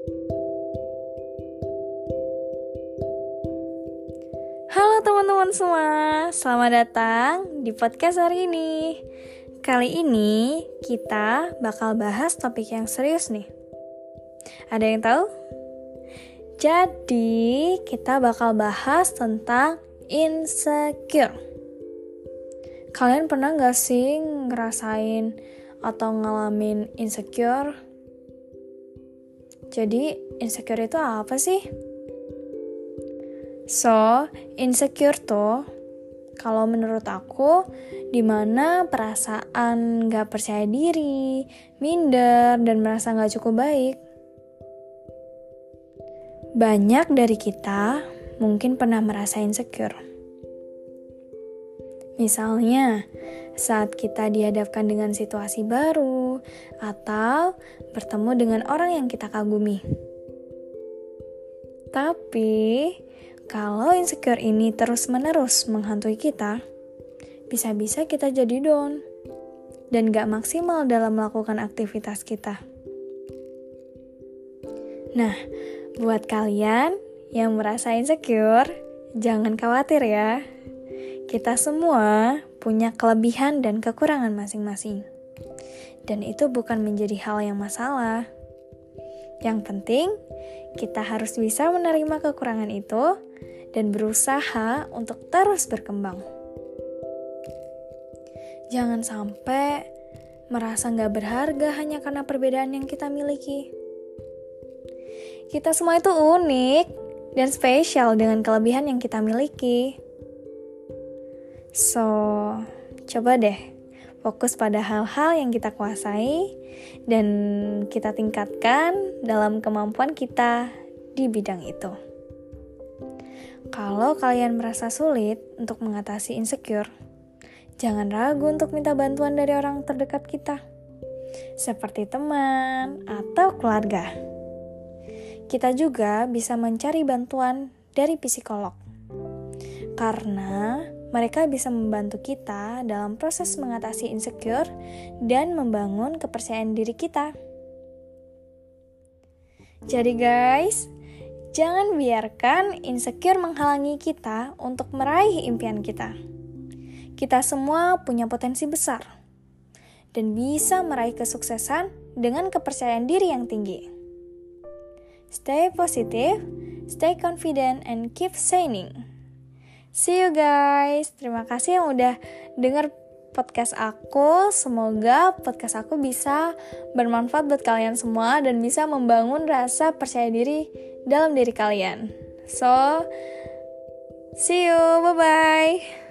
Halo teman-teman semua, selamat datang di podcast hari ini. Kali ini kita bakal bahas topik yang serius nih. Ada yang tahu? Jadi kita bakal bahas tentang insecure. Kalian pernah gak sih ngerasain atau ngalamin insecure? Jadi insecure itu apa sih? So, insecure tuh, kalau menurut aku, dimana perasaan gak percaya diri, minder, dan merasa gak cukup baik. Banyak dari kita mungkin pernah merasa insecure. Misalnya, saat kita dihadapkan dengan situasi baru, atau bertemu dengan orang yang kita kagumi. Tapi, kalau insecure ini terus-menerus menghantui kita, bisa-bisa kita jadi down dan gak maksimal dalam melakukan aktivitas kita. Nah, buat kalian yang merasa insecure, jangan khawatir ya. Kita semua punya kelebihan dan kekurangan masing-masing. Dan itu bukan menjadi hal yang masalah. Yang penting, kita harus bisa menerima kekurangan itu dan berusaha untuk terus berkembang. Jangan sampai merasa gak berharga hanya karena perbedaan yang kita miliki. Kita semua itu unik dan spesial dengan kelebihan yang kita miliki. So, coba deh fokus pada hal-hal yang kita kuasai dan kita tingkatkan dalam kemampuan kita di bidang itu. Kalau kalian merasa sulit untuk mengatasi insecure, jangan ragu untuk minta bantuan dari orang terdekat kita, seperti teman atau keluarga. Kita juga bisa mencari bantuan dari psikolog, karena mereka bisa membantu kita dalam proses mengatasi insecure dan membangun kepercayaan diri kita. Jadi guys, jangan biarkan insecure menghalangi kita untuk meraih impian kita. Kita semua punya potensi besar dan bisa meraih kesuksesan dengan kepercayaan diri yang tinggi. Stay positive, stay confident, and keep shining. See you guys. Terima kasih yang udah denger podcast aku. Semoga podcast aku bisa bermanfaat buat kalian semua dan bisa membangun rasa percaya diri dalam diri kalian. So, see you. Bye-bye.